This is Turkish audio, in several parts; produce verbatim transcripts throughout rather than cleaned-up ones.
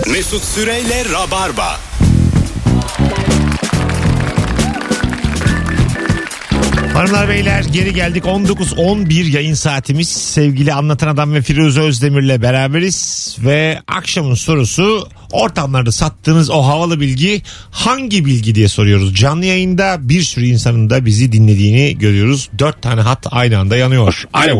Mesut Süreyle Rabarba. Hanımlar beyler geri geldik. on dokuz on bir yayın saatimiz. Sevgili Anlatan Adam ve Firuze Özdemir'le beraberiz. Ve akşamın sorusu, ortamlarda sattığınız o havalı bilgi hangi bilgi diye soruyoruz. Canlı yayında bir sürü insanın da bizi dinlediğini görüyoruz. Dört tane hat aynı anda yanıyor. Alo.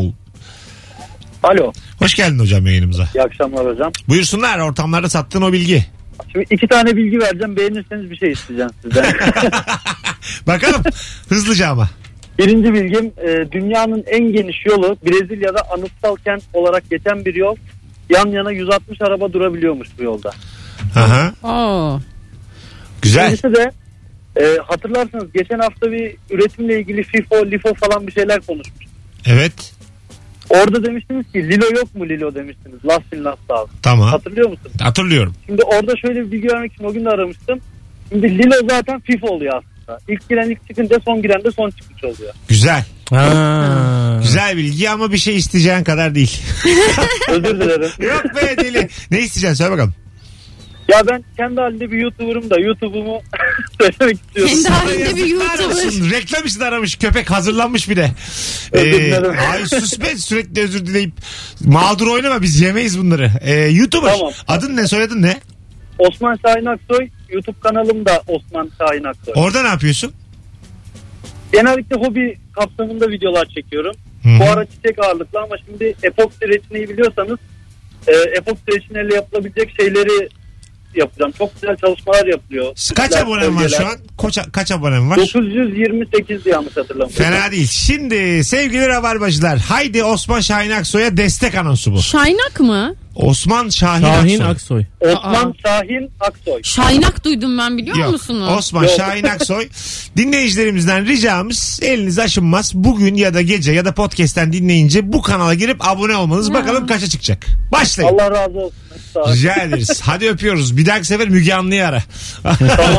Alo. Hoş geldin hocam yayınımıza. İyi akşamlar hocam. Buyursunlar, ortamlarda sattığın o bilgi. Şimdi iki tane bilgi vereceğim. Beğenirseniz bir şey isteyeceğim sizden. Bakalım hızlıca ama. Birinci bilgim, e, dünyanın en geniş yolu Brezilya'da anıtsal kent olarak geçen bir yol. Yan yana yüz altmış araba durabiliyormuş bu yolda. Aha. Oo. Güzel. İkincisi de e, hatırlarsınız geçen hafta bir üretimle ilgili FIFO, LIFO falan bir şeyler konuşmuş. Evet. Orada demiştiniz ki Lilo yok mu Lilo demiştiniz. Last in Last Out. Tamam. Hatırlıyor musunuz? Hatırlıyorum. Şimdi orada şöyle bir bilgi vermek için o gün de aramıştım. Şimdi Lilo zaten FIFO oluyor aslında. İlk giren ilk çıkınca son giren de son çıkmış oluyor. Güzel. Ha. Güzel bilgi ama bir şey isteyeceğin kadar değil. Özür dilerim. Yok be deli. Ne isteyeceksin söyle bakalım. Ya ben kendi halinde bir YouTuber'ım da YouTube'umu söylemek istiyorum. Kendi halinde bir Yazıklar YouTuber. olsun. Reklam için aramış köpek, hazırlanmış bir de. Özür Ee, dilerim. ay sus be, sürekli özür dileyip mağdur oynama, biz yemeyiz bunları. Ee, YouTuber. Tamam. Adın ne, soyadın ne? Osman Şahin Aksoy. YouTube kanalım da Osman Şahin Aksoy. Orada ne yapıyorsun? Genellikle hobi kapsamında videolar çekiyorum. Hı-hı. Bu ara çiçek ağırlıklı ama şimdi epoksi reçineyi biliyorsanız e, epoksi reçineyle yapılabilecek şeyleri yapacağım. Çok güzel çalışmalar yapılıyor. Kaç Güzel abonen var bölgeler. şu an? Kaç, kaç abonen var? dokuz yüz yirmi sekiz yanlış hatırlamıyorum. Fena değil. Şimdi sevgili Rabarbacılar, haydi Osman Şahin Aksoy'a destek anonsu bu. Şaynak mı? Osman Şahin, Şahin Aksoy. Aksoy. Osman Aa. Şahin Aksoy. Şaynak duydum ben, biliyor Yok. musunuz? Osman Yok. Şahin Aksoy. Dinleyicilerimizden ricamız, eliniz aşınmaz. Bugün ya da gece ya da podcast'ten dinleyince bu kanala girip abone olmanız. Ya. Bakalım kaça çıkacak. Başlayın. Allah razı olsun. Sağ olun. Rica ederiz. Hadi öpüyoruz. Bir dahaki sefer Müge Anlı'yı ara. Tamam.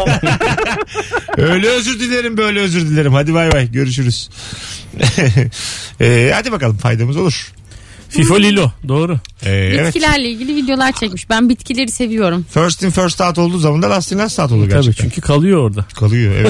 Öyle özür dilerim, böyle özür dilerim. Hadi bay bay. Görüşürüz. ee, hadi bakalım, faydamız olur. FIFO Lilo. Doğru. Ee, evet. Bitkilerle ilgili videolar çekmiş. Ben bitkileri seviyorum. First in first out olduğu zaman da last in last out olur Tabii gerçekten. çünkü kalıyor orada. Kalıyor, evet.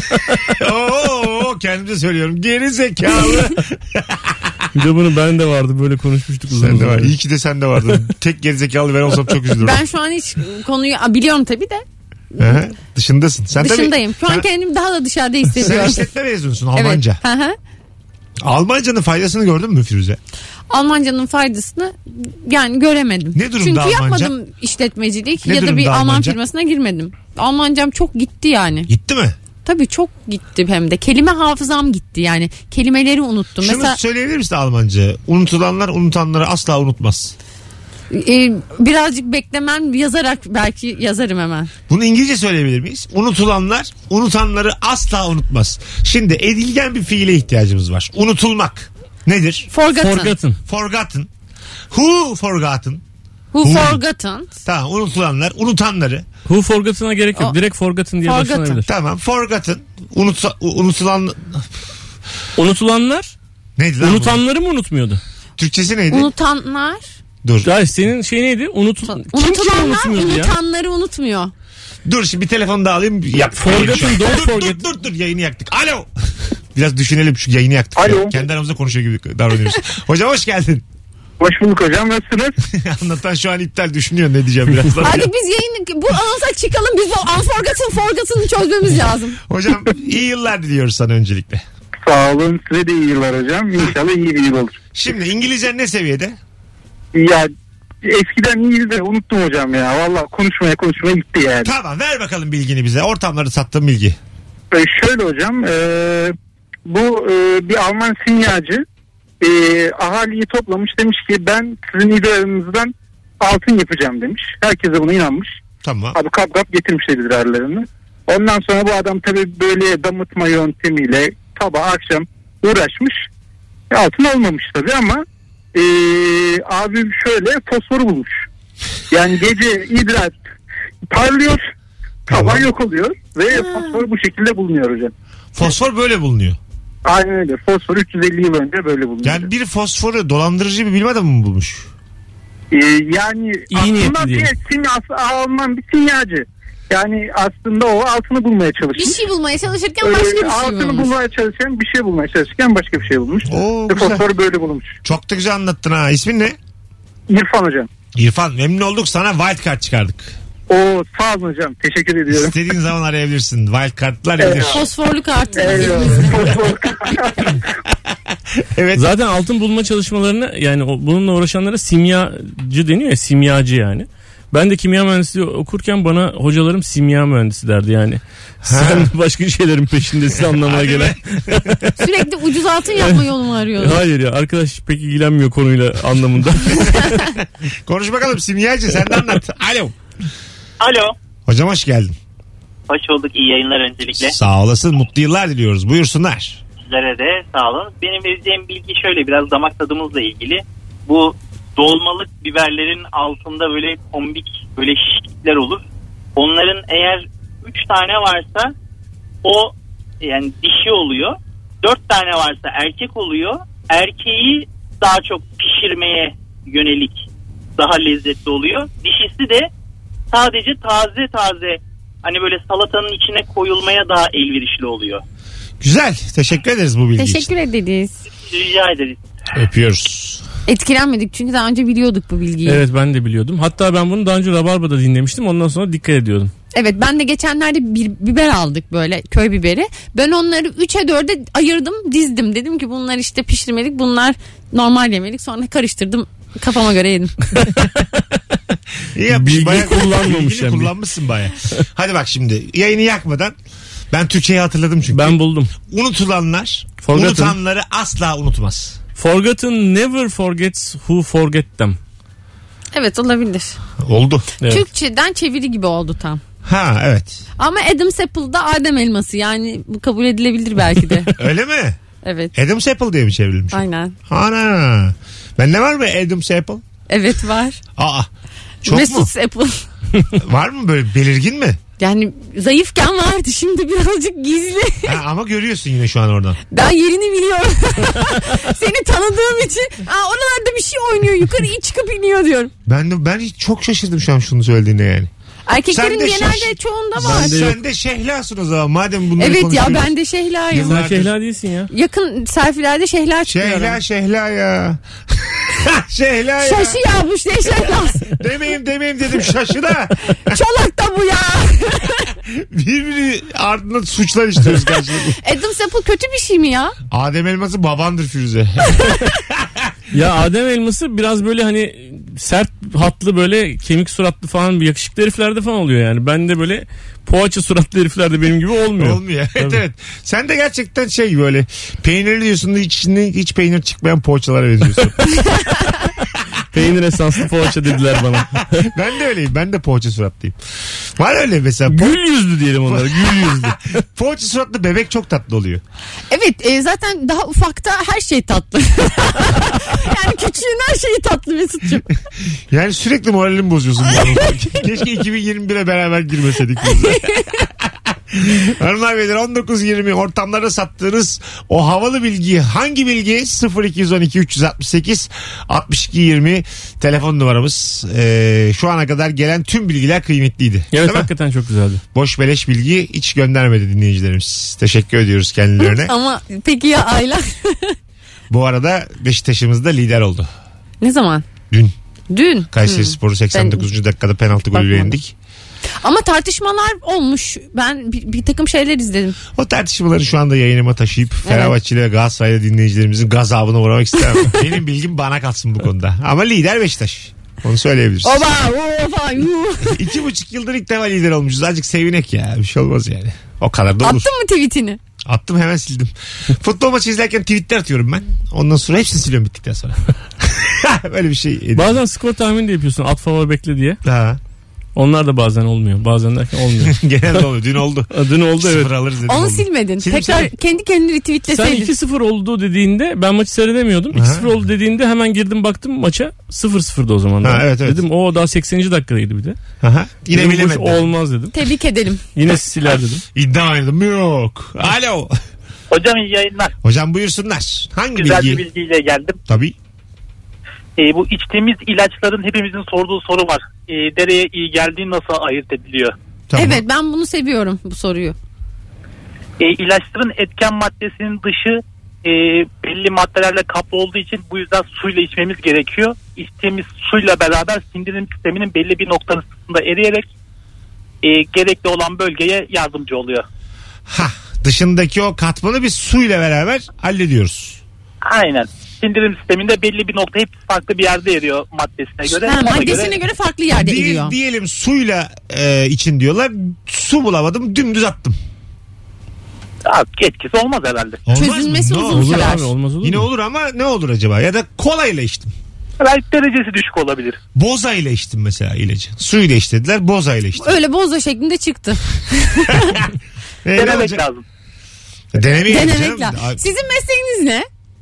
Oo, kendimize söylüyorum. Geri zekalı. Bir de bunu ben de vardı, böyle konuşmuştuk uzun Sen de uzun. var. İyi ki de sen de vardın. Tek geri zekalı ben olsam çok üzülürüm. Ben şu an hiç konuyu Aa, biliyorum tabii de. Aha, dışındasın. Sen Dışındayım. Şu tabii, an kendimi daha da dışarıda sen hissediyorum. işletme mezunusun, Almanca. Evet. Hı hı. Almancanın faydasını gördün mü Firuze? Almancanın faydasını yani göremedim. Ne durumda Çünkü Almanca? yapmadım işletmecilik Ne ya da bir durumda Alman Almanca? firmasına girmedim. Almancam çok gitti yani. Gitti mi? Tabii çok gitti hem de. Kelime hafızam gitti yani. Kelimeleri unuttum. Şunu Mesela söyleyebilir misin Almanca? Unutulanlar unutanları asla unutmaz. e, birazcık beklemem, yazarak belki yazarım hemen. Bunu İngilizce söyleyebilir miyiz? Unutulanlar unutanları asla unutmaz. Şimdi edilgen bir fiile ihtiyacımız var. Unutulmak nedir? Forgotten. Forgotten. Forgotten. Who forgotten? Who Who? forgotten? Tamam, unutulanlar, unutanları. Who Forgotten'a gerek yok. O- Direkt Forgotten diye Forgotten. başlanabilir. Tamam, forgotten. Unut, unutulan Unutulanlar neydi lan? bu? unutanları mı unutmuyordu? Türkçesi neydi? Unutanlar. Dur. Ya senin şey neydi? Unutul Kim kimi Unutulanlar unutmuyordu ya? unutanları unutmuyor. Dur şimdi bir telefonu da alayım. Yap. Forgotten, don't dur, forget. Dur dur dur, yayını yaktık. Alo. Biraz düşünelim, şu yayını yaktık. Alo. Ya. Kendi aramızda konuşuyor gibi davranıyoruz. Hocam hoş geldin. Hoş bulduk hocam, nasılsınız? Anlatan şu an iptal, düşünüyor ne diyeceğim birazdan. Hadi biz yayını bu anonsa çıkalım, biz bu unforgotten forgotten'ı çözmemiz lazım. Hocam iyi yıllar diliyoruz sana öncelikle. Sağ olun, size de iyi yıllar hocam. İnşallah iyi bir yıl olur. Şimdi İngilizcen ne seviyede? Ya eskiden iyiydi de unuttum hocam ya. Valla konuşmaya konuşmaya gitti yani. Tamam, ver bakalım bilgini bize. Ortamları sattığın bilgi. Ee, şöyle hocam, e, bu e, bir Alman sinyacı e, ahaliyi toplamış, demiş ki ben sizin iddialarınızdan altın yapacağım demiş. Herkes de buna inanmış. Tamam. Abi kap kap getirmişler iddialarını. Ondan sonra bu adam tabii böyle damıtma yöntemiyle sabah akşam uğraşmış. E, altın olmamış tabii ama e, abim şöyle fosforu bulmuş. Yani gece idrar parlıyor, sabah Tamam. yok oluyor ve fosfor bu şekilde bulunuyor hocam. Fosfor böyle bulunuyor. Aynen öyle. Fosfor üç yüz elli yıl önce böyle bulunuyor. Yani bir fosforu dolandırıcı bir bilim adamı mı bulmuş? Yani bir fosforu üç yüz elli yıl önce böyle bulunuyor. Aynen öyle. Fosfor üç yüz elli yıl önce böyle bulunuyor. Yani bir fosforu üç yüz elli yıl önce böyle bulunuyor. Ee, yani İyi aslında niyetli bir diyelim. simya, Alman bir simyacı. Yani aslında o altını bulmaya çalışmış. Bir şey bulmaya çalışırken Ee, başka bir şey altını bulmuş. bulmaya çalışırken bir şey bulmaya çalışırken başka bir şey bulmuş. Oo, Ve güzel. fosforu böyle bulmuş. Çok da güzel anlattın ha. İsmin ne? İrfan hocam. İrfan, memnun olduk, sana wild card çıkardık. Oo, sağ olun hocam. Teşekkür ediyorum. İstediğin zaman arayabilirsin. Wild card'lar nedir? Fosforlu kartı. Eyvallah. Evet. Zaten altın bulma çalışmalarını yani o- bununla uğraşanlara simyacı deniyor ya, simyacı yani. Ben de kimya mühendisliği okurken bana hocalarım simya mühendisi derdi yani. Sen başka şeylerin peşindesin anlamına Hadi gelen. be. Sürekli ucuz altın yapma yolunu arıyorlar. Hayır ya, arkadaş pek ilgilenmiyor konuyla anlamında. Konuş bakalım simyacı, sen de anlat. Alo. Alo. Hocam hoş geldin. Hoş bulduk. İyi yayınlar öncelikle. Sağ olasın, mutlu yıllar diliyoruz. Buyursunlar. Sizlere de sağ olun. Benim vereceğim bilgi şöyle, biraz damak tadımızla ilgili. Bu dolmalık biberlerin altında böyle tombik böyle şişlikler olur. Onların eğer üç tane varsa o yani dişi oluyor. Dört tane varsa erkek oluyor. Erkeği daha çok pişirmeye yönelik daha lezzetli oluyor. Dişisi de sadece taze taze hani böyle salatanın içine koyulmaya daha elverişli oluyor. Güzel. Teşekkür ederiz bu bilgi için. Teşekkür ederiz. Rica ederiz. Öpüyoruz. Etkilenmedik çünkü daha önce biliyorduk bu bilgiyi. Evet, Evet, ben de biliyordum. Hatta ben bunu daha önce Rabarba'da dinlemiştim. Ondan sonra dikkat ediyordum. ben de geçenlerde bir biber aldık böyle köy biberi. Ben onları üçe dörde ayırdım, dizdim. Dedim ki bunlar işte pişirmelik, bunlar normal yemelik. Sonra karıştırdım, kafama göre yedim. İyi yapmış. Bilgi Bayağı kullanmamış bilgini yani. kullanmışsın baya. Hadi bak şimdi yayını yakmadan ben Türkçeyi hatırladım çünkü. Ben buldum. Unutulanlar Forgotten. unutanları asla unutmaz. Forgotten never forgets who forget them. Evet, olabilir. Oldu. Evet. Türkçeden çeviri gibi oldu tam. Ha evet. Ama Adam Apple'da Adem elması, yani bu kabul edilebilir belki de. Öyle mi? Evet, Adam Apple diye mi çevrilmiş? aynen. Ana. Bende var mı Adam Apple? Evet, var. Aa. Çok mu? Mesut Apple. Var mı böyle belirgin mi? Yani zayıfken vardı, şimdi birazcık gizli. Ha, ama görüyorsun yine şu an oradan. Ben yerini biliyorum. Seni tanıdığım için aa, oralarda bir şey oynuyor, yukarı iyi çıkıp iniyor diyorum. Ben de ben hiç çok şaşırdım şu an şunu söylediğine yani. Erkeklerin Sen de genelde şaş- çoğunda Sen, var. sen de şehlasın o zaman madem bunları Evet ya, konuşuyoruz. ben de şehlayım. Yıllar- Sen şehla değilsin ya. Yakın selfilerde şehla çıkıyorum. Şehla şehla ya. Şehla ya. Şaşı yağmış ne şehlas. Demeyeyim demeyeyim dedim şaşı da. Çolak da bu ya. Birbiri ardından suçlar işliyoruz karşılıklı. Adam Apple kötü bir şey mi ya? Adem Elması babandır Firuze. Ya Adem elması biraz böyle hani sert hatlı, böyle kemik suratlı falan bir yakışıklı heriflerde falan oluyor yani. Ben de böyle poğaça suratlı heriflerde benim gibi olmuyor. Olmuyor. Evet Tabii. evet. Sen de gerçekten şey böyle peynirli diyorsun da içinde hiç peynir çıkmayan poğaçalara benziyorsun. Peynir esanslı poğaça dediler bana. Ben de öyleyim. Ben de poğaça suratlıyım. Var öyle mesela. Po- Gül yüzlü diyelim onlara, gül yüzlü. poğaça suratlı bebek çok tatlı oluyor. Evet, e, zaten daha ufakta her şey tatlı. Yani küçüğün her şeyi tatlı Mesut'cum. Yani sürekli moralimi bozuyorsun. Keşke iki bin yirmi bire beraber girmeseydik. Hanımlar beyler on dokuz yirmi ortamlarda sattığınız o havalı bilgiyi, hangi bilgi? sıfır iki on iki üç altı sekiz altmış iki yirmi telefon numaramız. Ee, şu ana kadar gelen tüm bilgiler kıymetliydi. Evet, Değil mi? hakikaten çok güzeldi. Boş beleş bilgi hiç göndermedi dinleyicilerimiz. Teşekkür ediyoruz kendilerine. Ama peki ya Ayla? Bu arada Beşiktaş'ımız da lider oldu. Ne zaman? Dün Dün. Kayseri Hmm. Sporu seksen dokuzuncu dakikada penaltı golüyle Bakmadım. yendik. Ama tartışmalar olmuş. Ben bir, bir takım şeyler izledim. O tartışmaları şu anda yayınıma taşıyıp Fenerbahçeli ve Galatasaraylı dinleyicilerimizin gazabına uğramak istemem. Benim bilgim bana kalsın bu konuda. Ama lider Beşiktaş. Onu söyleyebiliriz. Oba, oba, yuh. İki buçuk yıldır ilk defa lider olmuşuz. Azıcık sevinek ya. Bir şey olmaz yani. O kadar da olur. Attın mı tweetini? Attım, hemen sildim. Futbol maçı izlerken tweetler atıyorum ben. Ondan sonra hepsini siliyorum bittikten sonra. Böyle bir şey. edeyim. Bazen skor tahmini de yapıyorsun, at favori bekle diye. Ha. Onlar da bazen olmuyor. Bazen derken olmuyor. Genelde oluyor. Dün oldu. Dün oldu evet. Sıfır alırız dedim. Onu oldu. silmedin. Sildim, Tekrar sildim. kendi kendini Sen retweetleseydin. iki sıfır oldu dediğinde ben maçı seyredemiyordum. iki sıfır oldu dediğinde hemen girdim baktım maça sıfır sıfırdı o zaman. Ha, evet, evet. Dedim o daha sekseninci dakikadaydı bir de. Aha. Yine Dedim, bu iş bilemedim. olmaz dedim. Tebrik edelim. Yine siler dedim. İddia oynadım. Yok. Alo. Hocam iyi yayınlar. Hocam buyursunlar. Hangi Güzel bilgi? bir bilgiyle geldim. Tabii. E, bu içtiğimiz ilaçların hepimizin sorduğu soru var. E, dereye iyi geldiği nasıl ayırt ediliyor? Tamam. Evet, ben bunu seviyorum, bu soruyu. E, ilaçların etken maddesinin dışı e, belli maddelerle kaplı olduğu için bu yüzden suyla içmemiz gerekiyor. İçtiğimiz suyla beraber sindirim sisteminin belli bir noktasında eriyerek e, gerekli olan bölgeye yardımcı oluyor. Ha, dışındaki o katmanı biz suyla beraber hallediyoruz. Aynen. Sindirim sisteminde belli bir nokta, hep farklı bir yerde eriyor maddesine göre. Ha, Ona maddesine göre... göre farklı yerde Diye- eriyor. Diyelim suyla e, için diyorlar. Su bulamadım, dümdüz attım. Aa, etkisi olmaz herhalde. Olmaz Çözülmesi mı? Ne uzun olur? sürer. Abi olmaz olur Yine mu? olur ama ne olur acaba? Ya da kolayla içtim. Belki derecesi düşük olabilir. Boza ile içtim mesela ilacı. Suyla içtiler, boza ile içtim. Öyle boza şeklinde çıktı. E, ne Denemek olacak? lazım. Denemeyelim Denemek canım. lazım. Ay- Sizin mesleğiniz ne?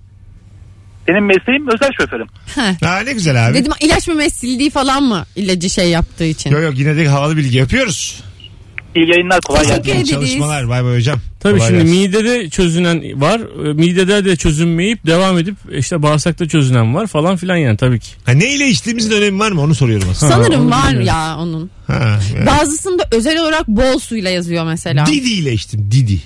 Benim mesleğim özel şoförüm. Ha. Ha, ne güzel abi. Dedim ilaç mümessilliği falan mı, ilacı şey yaptığı için? Yok yok, yine de havalı bilgi yapıyoruz. İyi yayınlar, kolay Teşekkür gelsin. İyi ederiz. çalışmalar. Bay bay hocam. Tabii Kolay şimdi gelsin. midede çözünen var. e, Midede de çözünmeyip devam edip işte bağırsakta çözünen var falan filan yani tabii ki. Ha, ne ile içtiğimizin önemi var mı? Onu soruyorum aslında. Sanırım onu var bilmiyorum. ya onun. Ha, yani. Bazısında özel olarak bol suyla yazıyor mesela. Didi ile içtim. Didi.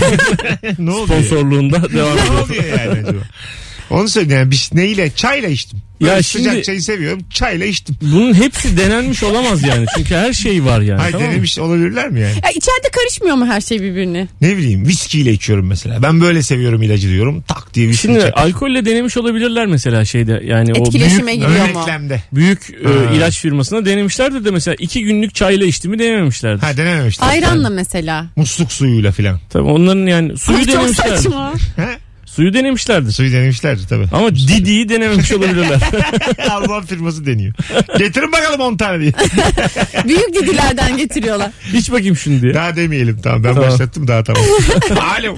Ne oluyor? Sponsorluğunda devam Ne ediyor. oluyor yani acaba? Onu söyleyeyim yani, biz neyle? Çayla içtim. Ya Ya şimdi- sıcak çayı seviyorum. Çayla içtim. Bunun hepsi denenmiş olamaz yani. Çünkü her şey var yani. Hayır, tamam mı? denemiş olabilirler mi yani? Ya içeride karışmıyor mu her şey birbirine? Ne bileyim, viskiyle içiyorum mesela. Ben böyle seviyorum ilacı diyorum. Tak diye viski Şimdi içerim. alkolle denemiş olabilirler mesela şeyde. Yani o Etkileşime büyük, giriyor mu? Örneklemde. büyük e, Ha. ilaç firmasına denemişlerdi de mesela iki günlük çayla içtiğimi denememişlerdi. Ha, denememişler. Ayranla mesela. Musluk suyuyla filan. Tabii onların yani suyu Ay, çok denemişlerdi. saçma. Ha? Suyu denemişlerdi. Suyu denemişlerdi tabii. Ama Didi'yi denememiş olabilirler. Alman firması deniyor. Getirin bakalım on tane diye. Büyük didilerden getiriyorlar. İç bakayım şunu diye. Daha demeyelim, tamam. Ben Tamam. başlattım, daha tamam. Alo.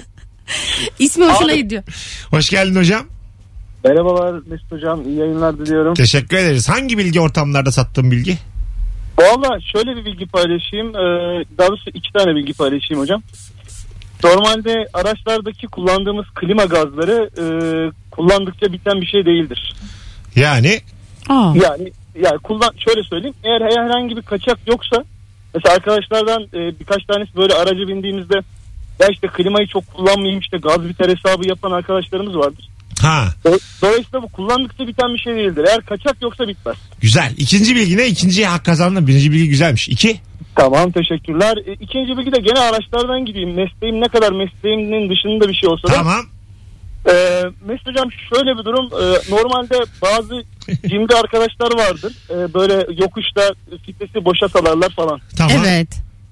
İsmi hoşuna gidiyor. Hoş geldin hocam. Merhabalar Mesut Hocam, iyi yayınlar diliyorum. Teşekkür ederiz. Hangi bilgi ortamlarda sattığın bilgi? Valla şöyle bir bilgi paylaşayım. Ee, daha doğrusu iki tane bilgi paylaşayım hocam. Normalde araçlardaki kullandığımız klima gazları e, kullandıkça biten bir şey değildir. Yani Aa. Yani yani kullan şöyle söyleyeyim. Eğer herhangi bir kaçak yoksa, mesela arkadaşlardan e, birkaç tanesi böyle araca bindiğimizde ya işte klimayı çok kullanmayayım, işte gaz biter hesabı yapan arkadaşlarımız vardır. ha, Do- Dolayısıyla bu kullandıkça biten bir şey değildir. Eğer kaçak yoksa bitmez. güzel. İkinci bilgi ne? İkinciye hak kazandın. Birinci bilgi güzelmiş. İki. Tamam, teşekkürler. E, İkinci bilgi de gene araçlardan gideyim. Mesleğim ne kadar mesleğimin dışında bir şey olsa da. Tamam. E, Mesut Hocam şöyle bir durum. E, normalde bazı cimri arkadaşlar vardır. E, böyle yokuşta fitesi boşa salarlar falan. Tamam. Evet.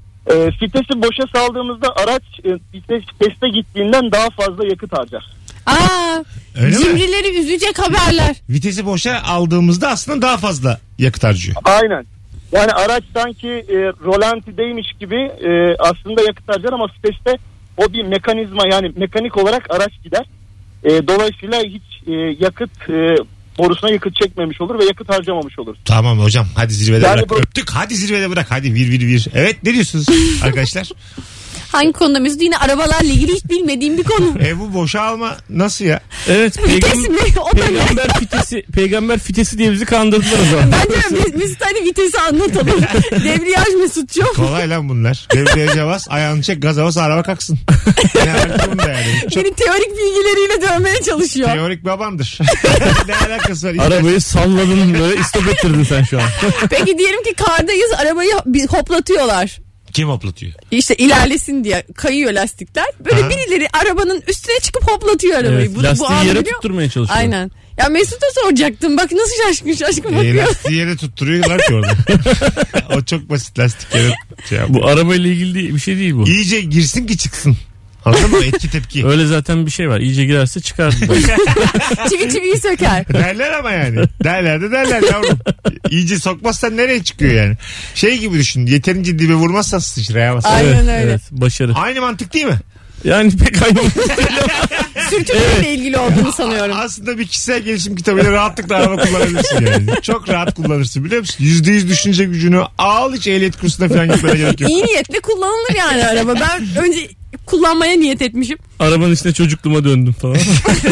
E, fitesi boşa saldığımızda araç e, vites teste gittiğinden daha fazla yakıt harcar. Aa, Öyle mi? cimrileri üzecek haberler. Vitesi boşa aldığımızda aslında daha fazla yakıt harcıyor. Aynen. Yani araç sanki e, rolantideymiş gibi e, aslında yakıt harcar ama viteste o bir mekanizma, yani mekanik olarak araç gider. E, dolayısıyla hiç e, yakıt e, borusuna yakıt çekmemiş olur ve yakıt harcamamış olur. Tamam hocam, hadi zirvede Yani bırak. bu- Öptük, hadi zirvede bırak. Hadi vir vir vir. Evet, ne diyorsunuz arkadaşlar? Hangi konuda Mesut? Yine arabalarla ilgili hiç bilmediğim bir konu. E bu boşa alma nasıl ya? Evet. Vites Peygam- mi? O da ne? peygamber fitesi, peygamber fitesi diye bizi kandırdılar o zaman. Bence Mes- Mesut hadi vitesi anlatalım. Debriyaj Mesut'cum. Kolay lan bunlar. Debriyaja bas, ayağını çek, gaza bas, araba kalksın. Yani artık bunu da yani. Çok Beni teorik bilgileriyle dövmeye çalışıyor. teorik babandır. Ne alakası var? Arabayı salladın böyle istop ettirdin sen şu an. Peki diyelim ki kardayız, arabayı bir hoplatıyorlar. Kim hoplatıyor? İşte ilerlesin diye kayıyor lastikler. Böyle Ha. birileri arabanın üstüne çıkıp hoplatıyor arabayı. Evet, Bu- bu lastiği anı yere biliyor- tutturmaya çalışıyor. Aynen. Ya Mesut'a soracaktım. Bak nasıl şaşkın şaşkın E, bakıyor. lastiği yere tutturuyorlar ki orada. O çok basit, lastik yere şey yap. Bu arabayla ilgili değil, bir şey değil bu. İyice girsin ki çıksın. Anladın mı? Etki tepki. Öyle zaten bir şey var. İyice girerse çıkar. Çivi çiviyi söker. Derler ama yani. Derler de derler yavrum. İyice sokmazsan nereye çıkıyor yani? Şey gibi düşün. Yeterince dibe vurmazsan sıçrayamaz. Aynen Evet, öyle. evet, başarı. Aynı mantık değil mi? Yani pek aynı. Sürtünmeyle ilgili olduğunu sanıyorum. Aslında bir kişisel gelişim kitabıyla rahatlıkla araba kullanabilirsin yani. Çok rahat kullanırsın, biliyor musun? Yüzde yüz düşünce gücünü al, hiç ehliyet kursuna falan gitmene gerek yok. İyi niyetle kullanılır yani araba. Ben önce kullanmaya niyet etmişim. Arabanın içine çocukluğuma döndüm falan.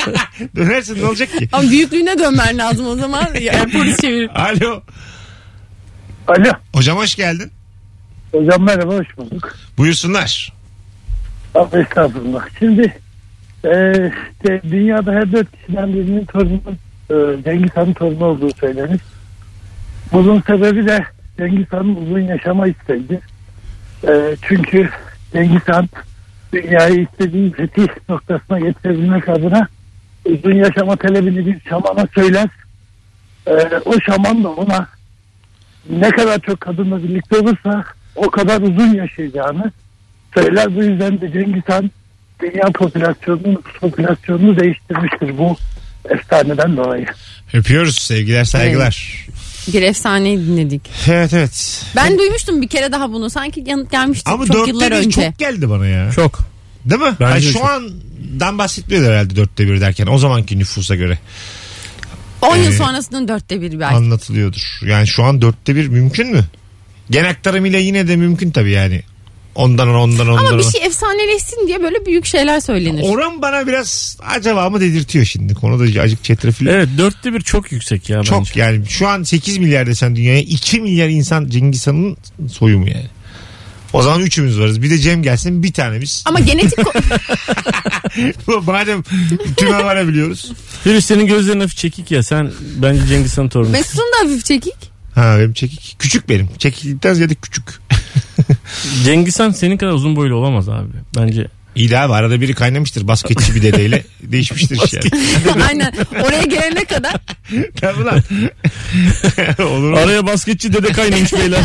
Dönersin ne olacak ki? Ama büyüklüğüne dönmen lazım o zaman. Yani polis çevirir. Alo. Alo. Hocam hoş geldin. Hocam merhaba, hoş bulduk. Buyursunlar. Abi estağfurullah. Şimdi e, işte dünyada her dört kişiden birinin torunu e, Cengiz Han'ın torunu olduğu söylenir. Bunun sebebi de Cengiz Han'ın uzun yaşama isteğidir. E, çünkü Cengiz Han dünyayı istediği fetih noktasına getirebilmek adına uzun yaşama talebini bir şamana söyler. E, o şaman da ona ne kadar çok kadınla birlikte olursa o kadar uzun yaşayacağını söyler. Bu yüzden de Cengiz Han dünya popülasyonunu, popülasyonunu değiştirmiştir bu efsaneden dolayı. Öpüyoruz, sevgiler saygılar. Bir efsaneyi dinledik. Evet evet. Ben duymuştum bir kere daha bunu. Sanki yanıt gelmişti Ama çok yıllar dörtte bir önce. çok geldi bana ya. Çok. Değil mi? Bence Ay, şu çok. andan bahsetmiyor herhalde dörtte bir derken. O zamanki nüfusa göre on yıl Ee, sonrasının dörtte bir belki. anlatılıyordur. Yani şu an dörtte bir mümkün mü? Gen aktarımıyla yine de mümkün tabii yani. Ondan ona ondan ondan Ama ona. bir şey efsaneleşsin diye böyle büyük şeyler söylenir. Oran bana biraz acaba mı dedirtiyor şimdi. Konuda acık çetrefilli. Evet dörtte bir çok yüksek ya Çok bence. yani şu an sekiz milyar desen dünyaya iki milyar insan Cengiz Han'ın soyu mu yani? O zaman üçümüz varız. Bir de Cem gelsin bir tanemiz. Ama genetik ko- Madem tüme varabiliyoruz. Firuze senin gözlerin hafif çekik ya. Sen bence Cengiz Han torunusun. Mesut'un da hafif çekik. Ha benim çekik. Küçük benim. Çekiklikten ziyade küçük. Cengiz Han senin kadar uzun boylu olamaz abi. Bence. İyi de abi arada biri kaynamıştır basketçi bir dedeyle. Değişmiştir iş yani. Aynen. Oraya gelene kadar. Tabii lan. Olur mu? Araya basketçi dede kaynamış beyler.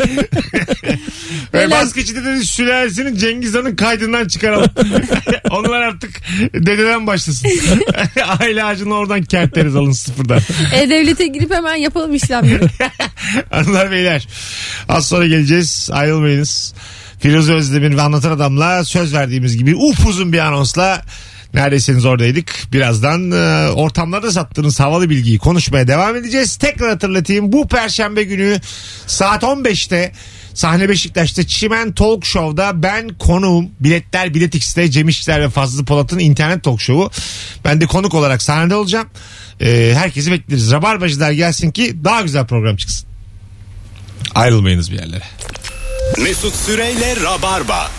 Ve Beyler- basketçi dedenin sülalesinin Cengiz Han'ın kaydından çıkaralım. Onlar artık dededen başlasın. Aile ağacını oradan kerteriz alın sıfırdan. E-Devlet'e girip hemen yapalım işlemleri. Hanımlar beyler az sonra geleceğiz, ayrılmayınız. Firuze Özdemir ve Anlatan Adam'la söz verdiğimiz gibi upuzun bir anonsla neredesiniz oradaydık. Birazdan e, ortamlarda sattığınız havalı bilgiyi konuşmaya devam edeceğiz. Tekrar hatırlatayım, bu perşembe günü saat on beşte Sahne Beşiktaş'ta Çimen Talk Show'da ben konuğum. Biletler Bilet X'te, Cem İşçiler ve Fazlı Polat'ın internet talk show'u. Ben de konuk olarak sahnede olacağım. E, herkesi bekleriz. Rabarbacılar gelsin ki daha güzel program çıksın. Ayrılmayınız bir yerlere. Mesut Süreyle Rabarba.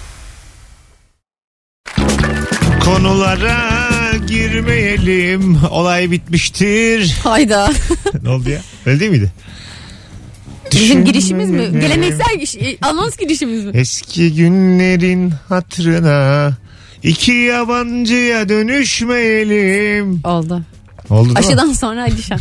Konulara girmeyelim. Olay bitmiştir. Hayda. Ne oldu ya? Öyle değil miydi? Bizim girişimiz mi? Düşünmeyelim. Geleneksel giş- anons girişimiz mi? Eski günlerin hatırına iki yabancıya dönüşmeyelim. Oldu. Oldu değil mi? Aşıdan sonra Alişan.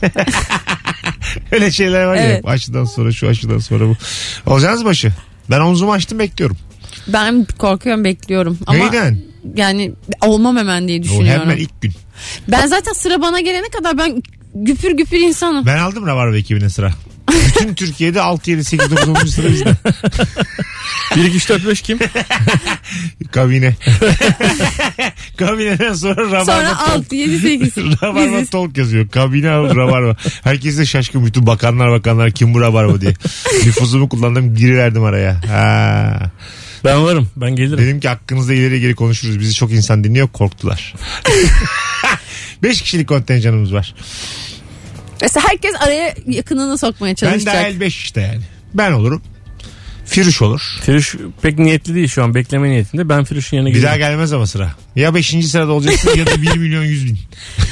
Öyle şeyler var Evet. ya. Aşıdan sonra şu, aşıdan sonra bu. Olacaksınız mı aşı? Ben omzumu açtım, bekliyorum. Ben korkuyorum, bekliyorum. Ama Neyden? yani olmam hemen diye O düşünüyorum. hemen ilk gün. Ben zaten sıra bana gelene kadar ben güpür güpür insanım. Ben aldım Rabarba ekibine sıra. Bütün Türkiye'de altı, yedi, sekiz, dokuz, on sıra bizde. bir iki üç dört beş kim? Kabine. Kabineden sonra Rabarba Sonra Talk. altı, yedi, sekiz. Rabarba Biziz. Talk yazıyor. Kabine al Rabarba. Herkes de şaşkın. Bütün bakanlar bakanlar kim bu Rabarba diye. Nüfusumu kullandım, giriverdim araya. Ha. Ben varım. Ben gelirim. Dedim ki hakkınızda ileri geri konuşuruz. Bizi çok insan dinliyor, korktular. Beş kişilik kontenjanımız var. Mesela herkes araya yakınını sokmaya Ben çalışacak. dahil beş işte yani. Ben olurum. Firuş olur. Firuş pek niyetli değil şu an. Bekleme niyetinde. Ben Firuş'un yanına Bir daha gidiyorum. gelmez ama sıra. Ya beşinci sırada olacaksın ya da bir milyon yüz bin.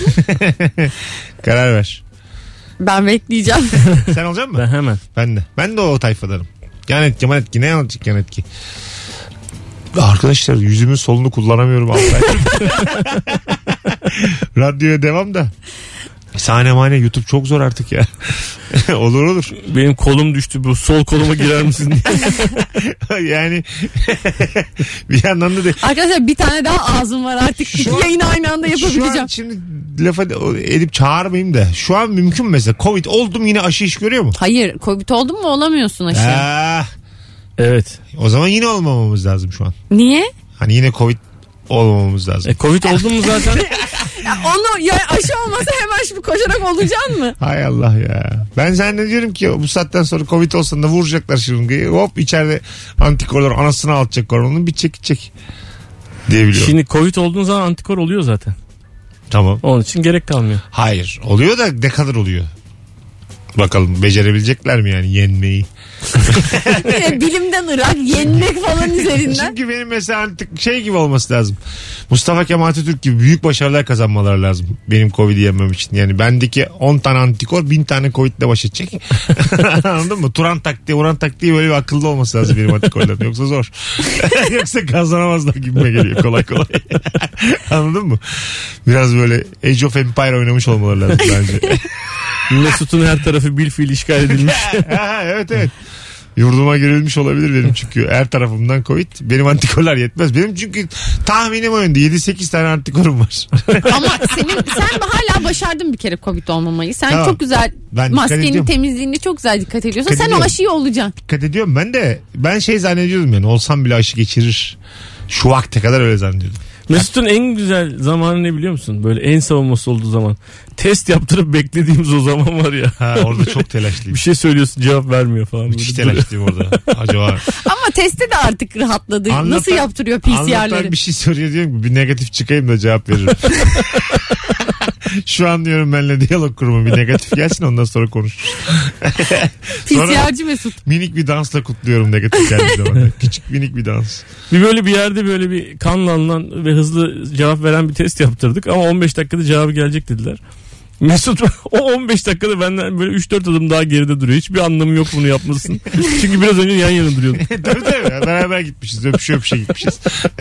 Karar ver. Ben bekleyeceğim. Sen olacak mısın? Ben hemen. Ben de. Ben de o tayfadanım. Yan etki, man etki. Ne olacak yan etki? Arkadaşlar yüzümün solunu kullanamıyorum. Radyoya devam da. Sahne mane YouTube çok zor artık ya. Olur olur. Benim kolum düştü. Bu sol koluma girer misin diye. Yani bir yandan da de. Arkadaşlar bir tane daha ağzım var artık. Şu İki an- yayını aynı anda Şu yapabileceğim. an şimdi lafa edip çağırmayayım da. Şu an mümkün mesela. Covid oldum yine aşı iş görüyor mu? Hayır, Covid oldun mu olamıyorsun aşı. Ah, Evet. o zaman yine olmamamız lazım şu an. Niye? Hani yine Covid olmamamız lazım. E, Covid oldun mu zaten? Ya onu ya aşı olmasa hemen şimdi koşarak olacaksın mı? Hay Allah ya. Ben zannediyorum ki bu saatten sonra Covid olsa da vuracaklar şırıngayı. Hop içeride antikorlar anasını alacak koronanın, bitecek gidecek diye biliyorum. Şimdi Covid olduğun zaman antikor oluyor zaten. Tamam. Onun için gerek kalmıyor. Hayır. Oluyor da ne kadar oluyor? Bakalım becerebilecekler mi yani yenmeyi? Bilimden ırak, yenmek falan üzerinden. Çünkü benim mesela artık şey gibi olması lazım. Mustafa Kemal Atatürk gibi büyük başarılar kazanmaları lazım. Benim Covid'i yenmem için. Yani bendeki on tane antikor bin tane Covid'le baş edecek. Anladın mı? Turan taktiği, Uran taktiği böyle bir akıllı olması lazım benim antikorların. Yoksa zor. Yoksa kazanamazlar gibime geliyor kolay kolay. Anladın mı? Biraz böyle Age of Empire oynamış olmaları lazım bence. Mesut'un her tarafı bil fiil işgal edilmiş. Evet evet. Yurduma girilmiş olabilir benim çünkü her tarafımdan Covid. Benim antikorlar yetmez. Benim çünkü tahminim o yönde. yedi sekiz tane antikorum var. Ama senin sen hala başardın bir kere Covid olmamayı. Sen Tamam. çok güzel Ben maskenin temizliğini çok güzel dikkat ediyorsun. Dikkat sen ediyorum. o aşıyı olacaksın. Dikkat ediyorum ben de. Ben şey zannediyordum yani olsam bile aşı geçirir. Şu vakte kadar öyle zannediyordum. Mesut'un en güzel zamanı ne biliyor musun? Böyle en savunması olduğu zaman. Test yaptırıp beklediğimiz o zaman var ya. Ha, orada çok telaşlıyım. Bir şey söylüyorsun cevap vermiyor falan. Müthiş Böyle. telaşlıyım orada. Acaba. Ama testte de artık rahatladı. Anlatan- Nasıl yaptırıyor P C R'leri? Anlatan bir şey soruyor diyorum ki bir negatif çıkayım da cevap veririm. Şu an diyorum benimle diyalog kurumu bir negatif gelsin ondan sonra konuşuruz. P Sonra C R'cı Mesut. minik bir dansla kutluyorum negatif geldiği zaman. Küçük minik bir dans. Bir böyle bir yerde böyle bir kanla alınan ve hızlı cevap veren bir test yaptırdık ama on beş dakikada cevabı gelecek dediler. Mesut o on beş dakikada benden böyle üç dört adım daha geride duruyor. Hiçbir anlamı yok bunu yapmasın. Çünkü biraz önce yan yana duruyorduk. Tabii tabii. Beraber gitmişiz. Öpüşe öpüşe gitmişiz.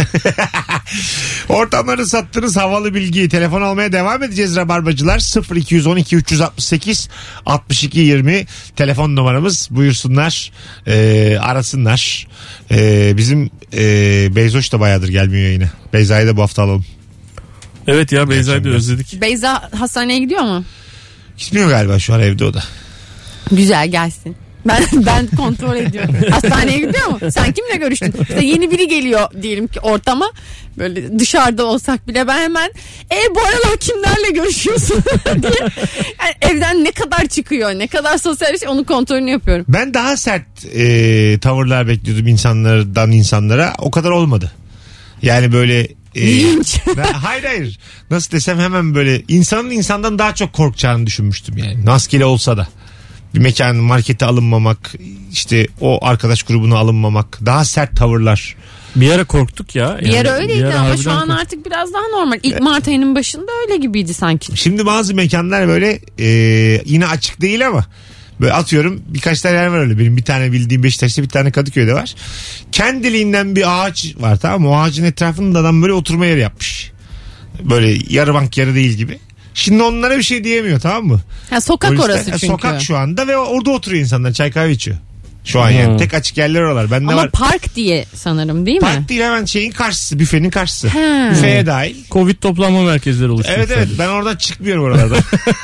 Ortamları sattığınız havalı bilgiyi telefon almaya devam edeceğiz Rabarbacılar. sıfır iki on iki üç altı sekiz altmış iki yirmi telefon numaramız. Buyursunlar. E, arasınlar. E, bizim e, Beyzoş da bayağıdır gelmiyor yine. Beyza'yı da bu hafta alalım. Evet ya Beyza'yı da özledik. Beyza hastaneye gidiyor mu? Gitmiyor galiba şu an evde o da. Güzel gelsin. Ben ben kontrol ediyorum. Hastaneye gidiyor mu? Sen kimle görüştün? İşte yeni biri geliyor diyelim ki ortama. Böyle dışarıda olsak bile ben hemen e bu aralar kimlerle görüşüyorsun diye. Yani evden ne kadar çıkıyor, ne kadar sosyal şey onu kontrolünü yapıyorum. Ben daha sert e, tavırlar bekliyordum insanlardan insanlara. O kadar olmadı. Yani böyle Ee, ben, hayır hayır nasıl desem hemen böyle insanın insandan daha çok korkacağını düşünmüştüm yani maskeli olsa da bir mekan markete alınmamak işte o arkadaş grubuna alınmamak daha sert tavırlar. Bir ara korktuk ya. Bir ara yani, öyleydi bir ara ama şu an korktuk. artık biraz daha normal. İlk Mart ayının başında öyle gibiydi sanki. Şimdi bazı mekanlar böyle e, yine açık değil ama böyle atıyorum birkaç tane yer var öyle. Benim bir tane bildiğim Beşiktaş'ta bir tane Kadıköy'de var. Kendiliğinden bir ağaç var tamam mı? O ağacın etrafında adam böyle oturma yeri yapmış. Böyle yarı bank yarı değil gibi. Şimdi onlara bir şey diyemiyor tamam mı? Ha, sokak Polisler, orası çünkü. Sokak şu anda ve orada oturuyor insanlar çay kahve içiyor. Şu an yani. Hmm. Tek açık yerler oralar. Bende Ama var. park diye sanırım değil mi? Park değil hemen şeyin karşısı. Büfenin karşısı. He. Büfeye dahil. Covid toplanma merkezleri oluştu. Evet evet ben oradan çıkmıyorum oralardan.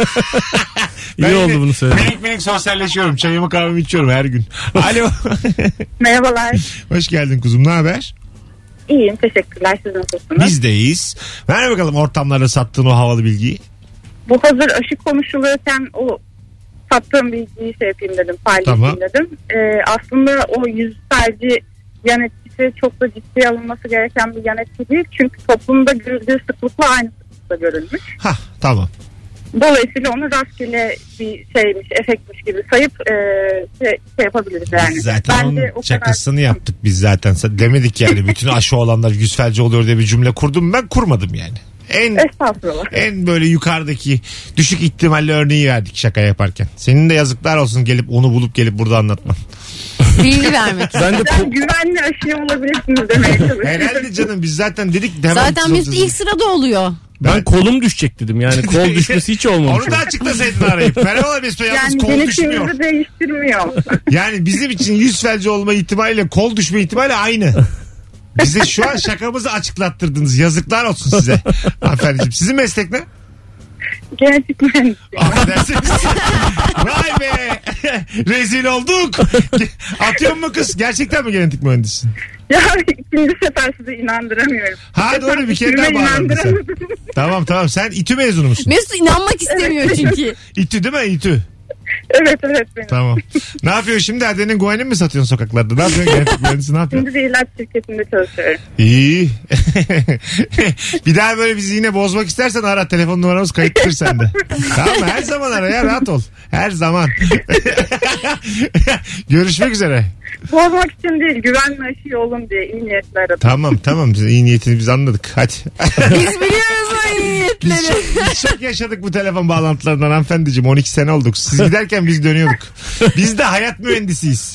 İyi oldu bunu söyle. Menik menik sosyalleşiyorum. Çayımı kahvemi içiyorum her gün. Alo. Merhabalar. Hoş geldin kuzum ne haber? İyiyim teşekkürler. Siz nasılsınız? Biz de iyiyiz. Ver bakalım ortamlarda sattığın o havalı bilgiyi. Bu hazır aşı konuşuluyorken o sattığım bilgiyi şey yapayım dedim. Paylaşayım Tamam. dedim. Ee, aslında o yüz felci yan etkisi çok da ciddiye alınması gereken bir yan etki değil. Çünkü toplumda görüldüğü sıklıkla aynı sıklıkta görülmüş. Hah tamam. Dolayısıyla onu rastgele bir şeymiş, efektmiş gibi sayıp e, şey, şey yapabiliriz yani. Biz zaten Bence onun o şakasını kadar... yaptık biz zaten. Demedik yani bütün aşı olanlar yüz felci oluyor diye bir cümle kurdum ben kurmadım yani. En Estağfurullah. en böyle yukarıdaki düşük ihtimalle örneği verdik şaka yaparken. Senin de yazıklar olsun gelip onu bulup gelip burada anlatman. Bilgi vermek. Ben de Sen güvenli aşıya olabilirsiniz demeye çalışıyorum. Herhalde canım biz zaten dedik. Hemen Zaten Mesut ilk sırada oluyor. ben, Ben- kolum düşecek dedim. Yani kol düşmesi hiç olmamış. Onu da açıklasaydın arayıp. Merhaba Mesut yalnız Yani kol düşmüyor. genetikimizi değiştirmiyor. Yani bizim için yüz felci olma ihtimaliyle kol düşme ihtimali aynı. Bize şu an şakamızı açıklattırdınız. Yazıklar olsun size. Hanımefendiciğim. Sizin meslek ne? Genetik mühendisliği. Affedersiniz. Vay be. Rezil olduk. Atıyor mu kız? Gerçekten mi genetik mühendissin? Ya ikinci sefer size inandıramıyorum. Ha doğru bir kere daha İkime bağlandın sen. inandıramadım. Tamam tamam sen İTÜ mezunu musun? Mesut inanmak istemiyor çünkü. İTÜ değil mi İTÜ? Evet evet benim. Tamam. Ne yapıyor şimdi? Adenin guanin mi satıyorsun sokaklarda? Ne yapıyorsun? Genetik mühendisi ne yapıyor? Şimdi bir ilaç şirketinde çalışıyorum. İyi. Bir daha böyle bizi yine bozmak istersen ara. Telefon numaramız kayıtlıdır sende. Tamam mı? Her zaman ara ya. Rahat ol. Her zaman. Görüşmek üzere. Bozmak için değil, güvenli aşı olun diye iyi niyetle aradım. Tamam tamam. Biz iyi niyetini biz anladık. Hadi. Biz biliyoruz o iyi Biz niyetleri. çok, biz çok yaşadık bu telefon bağlantılarından hanımefendiciğim. on iki sene olduk. Siz giderken biz dönüyorduk. Biz de hayat mühendisiyiz.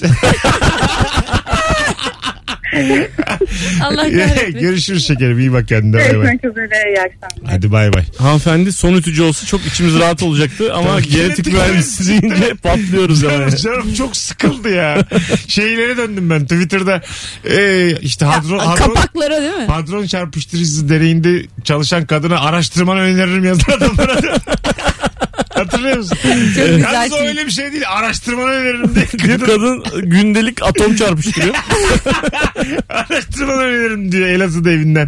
Allah kahretsin. Görüşürüz şekerim. İyi bak kendine. Bay bay. Görüşmek üzere, iyi akşamlar. Hadi bay bay. Hanımefendi son ütücü olsa çok içimiz rahat olacaktı ama Tabii, genetik genetik mühendisi deyince patlıyoruz yani. Canım çok sıkıldı ya. Şeylere döndüm ben Twitter'da. Ee, işte hadron, hadron, Kapaklara değil mi? hadron çarpıştırıcısı deneyinde çalışan kadına araştırmanı öneririm yazan adamlara. Hatırlıyor musun? Çok güzel Yalnız o tweet. öyle bir şey değil. Araştırmanı öneririm diye. Bir kadın gündelik atom çarpıştırıyor. Araştırmanı öneririm diyor Elazığ'da evinden.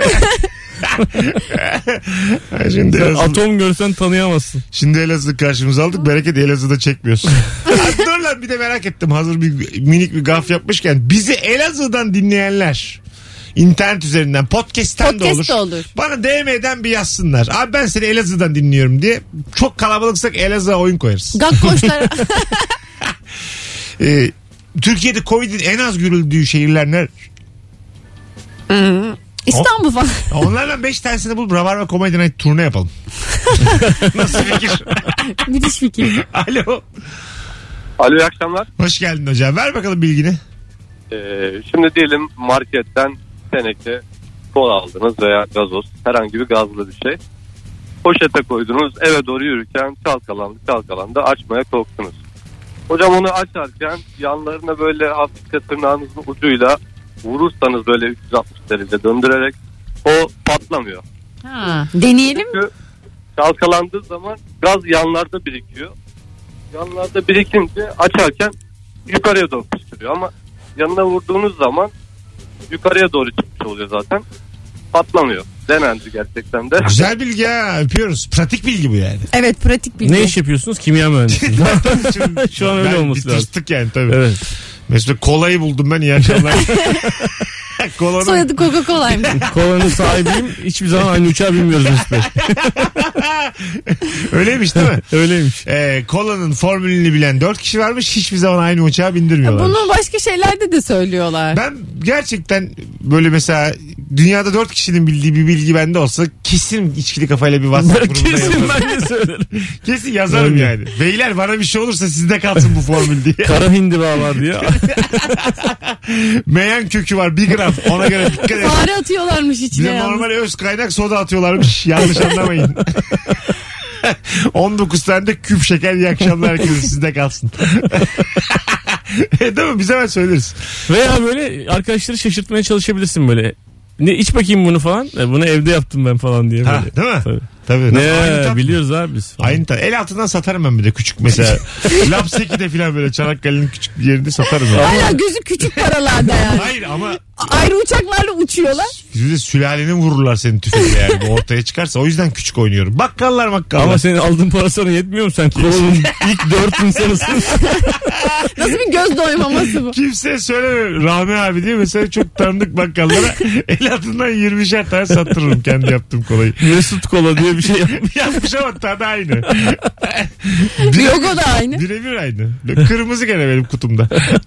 Şimdi Sen Elazığ, atom görsen tanıyamazsın. şimdi Elazığ karşımıza aldık. Bereket Elazığ'da çekmiyoruz. Hadi dur lan bir de merak ettim. Hazır bir minik bir gaf yapmışken. Bizi Elazığ'dan dinleyenler. İnternet üzerinden podcast'ten de olur. Podcast de olur. Bana D M'den bir yazsınlar. Abi ben seni Elazığ'dan dinliyorum diye. Çok kalabalıksak Elazığ'a oyun koyarız. Gakkoşlar. Ee, Türkiye'de Covid'in en az görüldüğü şehirler ne? İstanbul falan. Onlardan beş tanesini bulup Rabarba Comedy Night turne yapalım. Nasıl fikir? Müthiş fikir. Alo. Alo, iyi akşamlar. Hoş geldin hocam. Ver bakalım bilgini. Ee, şimdi diyelim marketten teneke kola aldınız veya gazoz, herhangi bir gazlı bir şey. Poşete koydunuz, eve doğru yürürken çalkalandı çalkalandı, açmaya korktunuz. Hocam onu açarken yanlarına böyle hafifçe tırnağınızın ucuyla vurursanız böyle üç yüz altmış derece döndürerek o patlamıyor. Ha, deneyelim. Çünkü çalkalandığı zaman gaz yanlarda birikiyor. Yanlarda birikince açarken yukarıya doğru fışkırıyor ama yanına vurduğunuz zaman yukarıya doğru çıkmış oluyor zaten. Patlamıyor. Denendi gerçekten de. Güzel bilgi ha. Öpüyoruz. Pratik bilgi bu yani. Evet, pratik bilgi. Ne iş yapıyorsunuz? Kimya mühendisi. Şu an öyle Ben olması bir lazım. tırstık yani tabii. Evet. Mesela kolayı buldum ben, iyi akşamlar. Kolanın... Soyadı Coca-Cola'ymış. Kolanın sahibiyim. Hiçbir zaman aynı uçağı bilmiyoruz Mesut Bey. Öyleymiş değil mi? Öyleymiş. Ee, kolanın formülünü bilen dört kişi varmış. Hiçbir zaman aynı uçağa bindirmiyorlar. Bunu başka şeylerde de söylüyorlar. Ben gerçekten böyle mesela dünyada dört kişinin bildiği bir bilgi bende olsa kesin içkili kafayla bir WhatsApp grubunda Kesin yazarım. ben de söylerim. Kesin yazarım Öyle. yani. Beyler bana bir şey olursa sizde kalsın bu formül diye. Kara hindiba var diye. Meyan kökü var bir gram. Ona göre dikkat edin. Fare atıyorlarmış Bir içine. de yalnız. normal öz kaynak soda atıyorlarmış. Yanlış anlamayın. on dokuz tane de küp şeker, iyi akşamlar herkese, sizde kalsın. Değil mi? Biz hemen söyleriz. Veya böyle arkadaşları şaşırtmaya çalışabilirsin böyle. Ne iç bakayım bunu falan. E, bunu evde yaptım ben falan diye. Ha, Böyle. değil mi? Tabii. Tabii. Ne Aynı tat mı? biliyoruz abi biz. Falan. Aynı tat. El altından satarım ben bir de küçük mesela. Lapseki'de falan böyle Çanakkale'nin küçük bir yerinde satarım. Yani. Hala gözü küçük paralarda yani. Hayır ama Ayrı uçaklarla uçuyorlar. yüzde sülaleni vururlar senin tüfekle yani. Bu ortaya çıkarsa. O yüzden küçük oynuyorum. Bakkallar makkallar. Ama senin aldığın para sana yetmiyor mu? Sen kolanın ilk dört insanısın. Nasıl bir göz doymaması bu? Kimseye söyleme Rami abi diye mesela çok tanıdık bakkallara el altından yirmişer tane sattırırım kendi yaptığım kolayı. Mesut Kola diye bir şey yapmış. Yapmış ama tadı aynı. Logo da aynı. Birebir aynı. Kırmızı gene benim kutumda.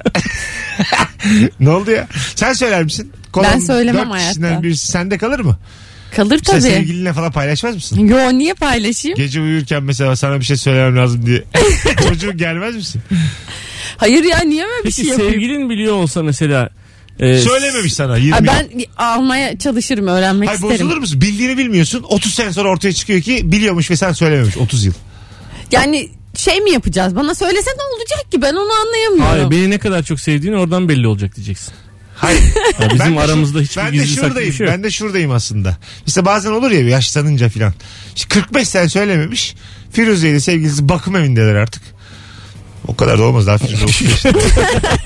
Ne oldu ya? Sen söyler misin? Ben söylemem dört kişiden hayatta. birisi sende kalır mı? Kalır Sen tabii. sevgilinle falan paylaşmaz mısın? Yo, niye paylaşayım? Gece uyurken mesela sana bir şey söylemem lazım diye. Çocuğun gelmez misin? Hayır ya, niye böyle bir Peki şey yapayım? sevgilin biliyor olsa mesela. E, Söylememiş sana. yirmi Ay, ben almaya çalışırım, öğrenmek Hayır, isterim. bozulur musun? Bildiğini bilmiyorsun. otuz sene sonra ortaya çıkıyor ki biliyormuş ve sen söylememiş. otuz yıl. Yani şey mi yapacağız? Bana söylese ne olacak ki? Ben onu anlayamıyorum. Hayır, beni ne kadar çok sevdiğini oradan belli olacak diyeceksin. Hayır. Ya bizim Ben de aramızda şu- hiçbir ben de gizli saklı bir şuradayım. şey yok. Ben de şuradayım aslında. İşte bazen olur ya yaşlanınca filan. İşte kırk beş sene söylememiş. Firuze ile sevgilisi bakım evindeler artık. O kadar da olmaz, daha Firuze olsun.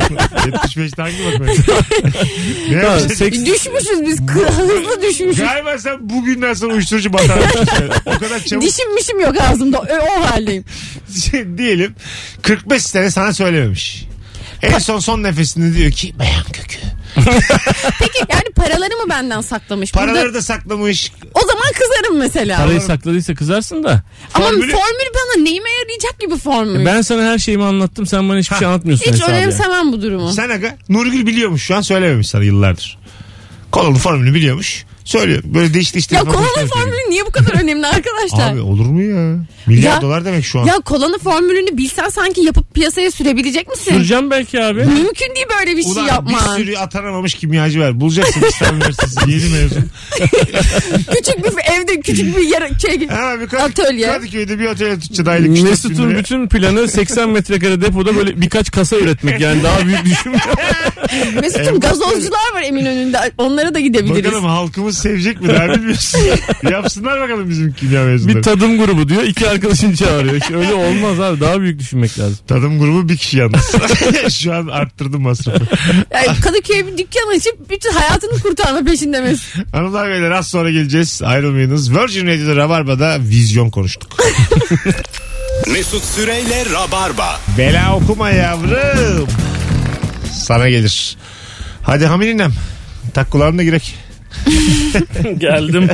yetmiş beşte hangi bakmaya? Ne Ya, yapacaksın? seks- Düşmüşüz biz. Kı- Hızlı düşmüşüz. Galiba sen bugünden sonra uyuşturucu batarmışsın. O kadar çabuk. Dişim mişim yok ağzımda. O, o haldeyim. Şey, diyelim kırk beş sene sana söylememiş. En son son nefesinde diyor ki beyan kökü. Peki yani paraları mı benden saklamış? Paraları Burada- da saklamış. O zaman kızarım mesela. Parayı sakladıysa kızarsın da. Ama Formülü- formül bana neyime yarayacak gibi formül. Ben sana her şeyimi anlattım, sen bana hiçbir Ha, şey anlatmıyorsun. Hiç hesabı ya. önemsemem bu durumu. Sen aga Nurgül biliyormuş şu an söylememiş sana yıllardır. Kolonun formülünü biliyormuş. Söylüyor. Böyle değiş değiş. Ya telefon kolanın konuşmaları söylüyor. formülü niye bu kadar önemli arkadaşlar? Abi olur mu ya? Milyar Ya- dolar demek şu an. Ya kolanın formülünü bilsen sanki yapıp piyasaya sürebilecek misin? Süreceğim belki abi. Mümkün değil böyle bir şey Ulan yapman. bir sürü atanamamış kimyacı var. Bulacaksın İstanbul Üniversitesi yeni mezun. Küçük bir evde küçük bir yer şey, Ha, bir Kadık- atölye. Kadıköy'de bir atölye tutacak aylık üç dört bin Mesut'un liraya. bütün planı seksen metrekare depoda böyle birkaç kasa üretmek, yani daha büyük düşünme. Mesut'um Evet. gazozcular var Eminönü'nde. Onlara da gidebiliriz. Bakalım halkımız sevecek mi daha bilmiyorsun. Yapsınlar bakalım bizim kimya Bir mezunları. tadım grubu diyor, iki arkadaşını çağırıyor. İşte öyle olmaz abi, daha büyük düşünmek lazım. Tadım grubu bir kişi yalnız. Şu an arttırdım masrafı. Yani Kadıköy'e bir dükkan açıp bütün hayatını kurtarma peşinde Mesut. Hanımlar beyler az sonra geleceğiz. Ayrılmayınız. Virgin Radio'da Rabarba'da vizyon konuştuk. Mesut Süreyle Rabarba. Bela okuma yavrum. Sana gelir. Hadi Hamininem. Tak kulağına girek. Geldim.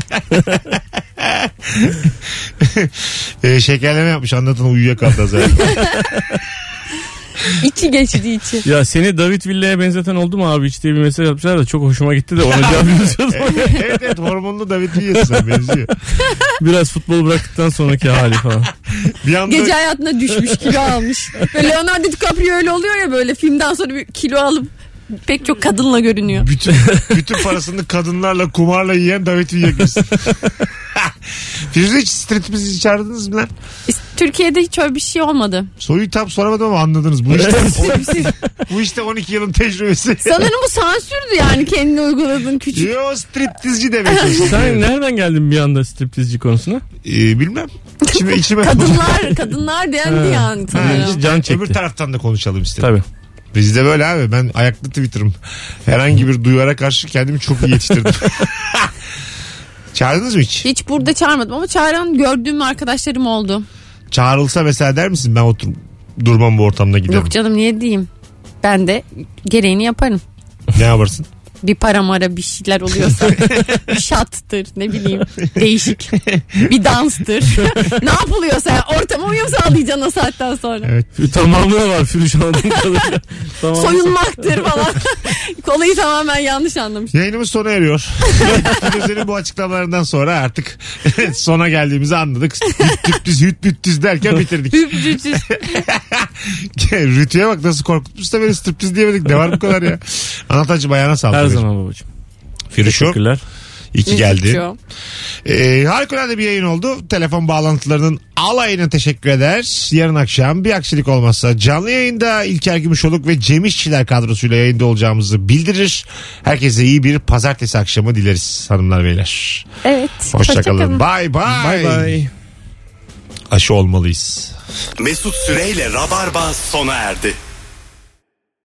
Ee, şekerleme yapmış anlatan uyuyakaldı az evvel. İçi geçti içi. Ya seni David Villa'ya benzeten oldu mu abi hiç diye bir mesaj atmışlar da çok hoşuma gitti de ona cevap yazıyordum. Evet evet hormonlu David Villa'sın benziyor. Biraz futbolu bıraktıktan sonraki hali falan. Bir anda Gece hayatında düşmüş, kilo almış. Ve Leonardo DiCaprio öyle oluyor ya, böyle filmden sonra bir kilo alıp pek çok kadınla görünüyor. bütün, bütün parasını kadınlarla kumarla yiyen David Villa gibisin. Firuze hiç striptiz çağırdınız mı lan? Türkiye'de hiç öyle bir şey olmadı. Soruyu tam soramadım ama anladınız. Bu işte, bu işte on iki yılın tecrübesi. Sanırım bu sansürdü yani, kendini uyguladığın küçük. Yo striptizci demek. Sen... Sen nereden geldin bir anda striptizci konusuna? Ee, bilmem. İçime, içime... Kadınlar, kadınlar dendi yani sanırım. Ha, Can çekti. öbür taraftan da konuşalım istedim. Tabii. Bizde böyle abi. Ben ayaklı Twitter'ım. Herhangi bir duyara karşı kendimi çok iyi yetiştirdim. Çağırdınız mı hiç? Hiç burada çağırmadım ama çağıran gördüğüm arkadaşlarım oldu. Çağrılsa mesela der misin ben otur durmam bu ortamda giderim. Yok canım, niye diyeyim. Ben de gereğini yaparım. Ne yaparsın? Bir para mara bir şeyler oluyorsa. Bir şattır, ne bileyim, değişik. Bir danstır. Ne yapılıyorsa yani, ortama uyum sağlayacaksın o saatten sonra. Evet. Bir tamamlığı var Firuş anladığım kadarıyla. Tamam. Soyunmaktır falan. Kolayı tamamen yanlış anlamış. Yayınımız sona eriyor. Firuze'nin bu açıklamalarından sonra artık sona geldiğimizi anladık. Hüttüttüz hüttüttüz derken bitirdik. Rütüye bak nasıl korkutmuş da beni striptiz diyemedik. Ne var bu kadar ya? Anlatacı bayana sağlık. Her zaman babacığım. Firuşum. Teşekkürler. İyi ki geldi. Üzücü. Ee, harikulade bir yayın oldu. Telefon bağlantılarının alayına teşekkür eder. Yarın akşam bir aksilik olmazsa canlı yayında İlker Gümüşoluk ve Cem İşçiler kadrosuyla yayında olacağımızı bildirir. Herkese iyi bir pazartesi akşamı dileriz hanımlar beyler. Evet. Hoşçakalın. Bye bye. Bye bye. Aşı olmalıyız. Mesut Süreyle Rabarba sona erdi.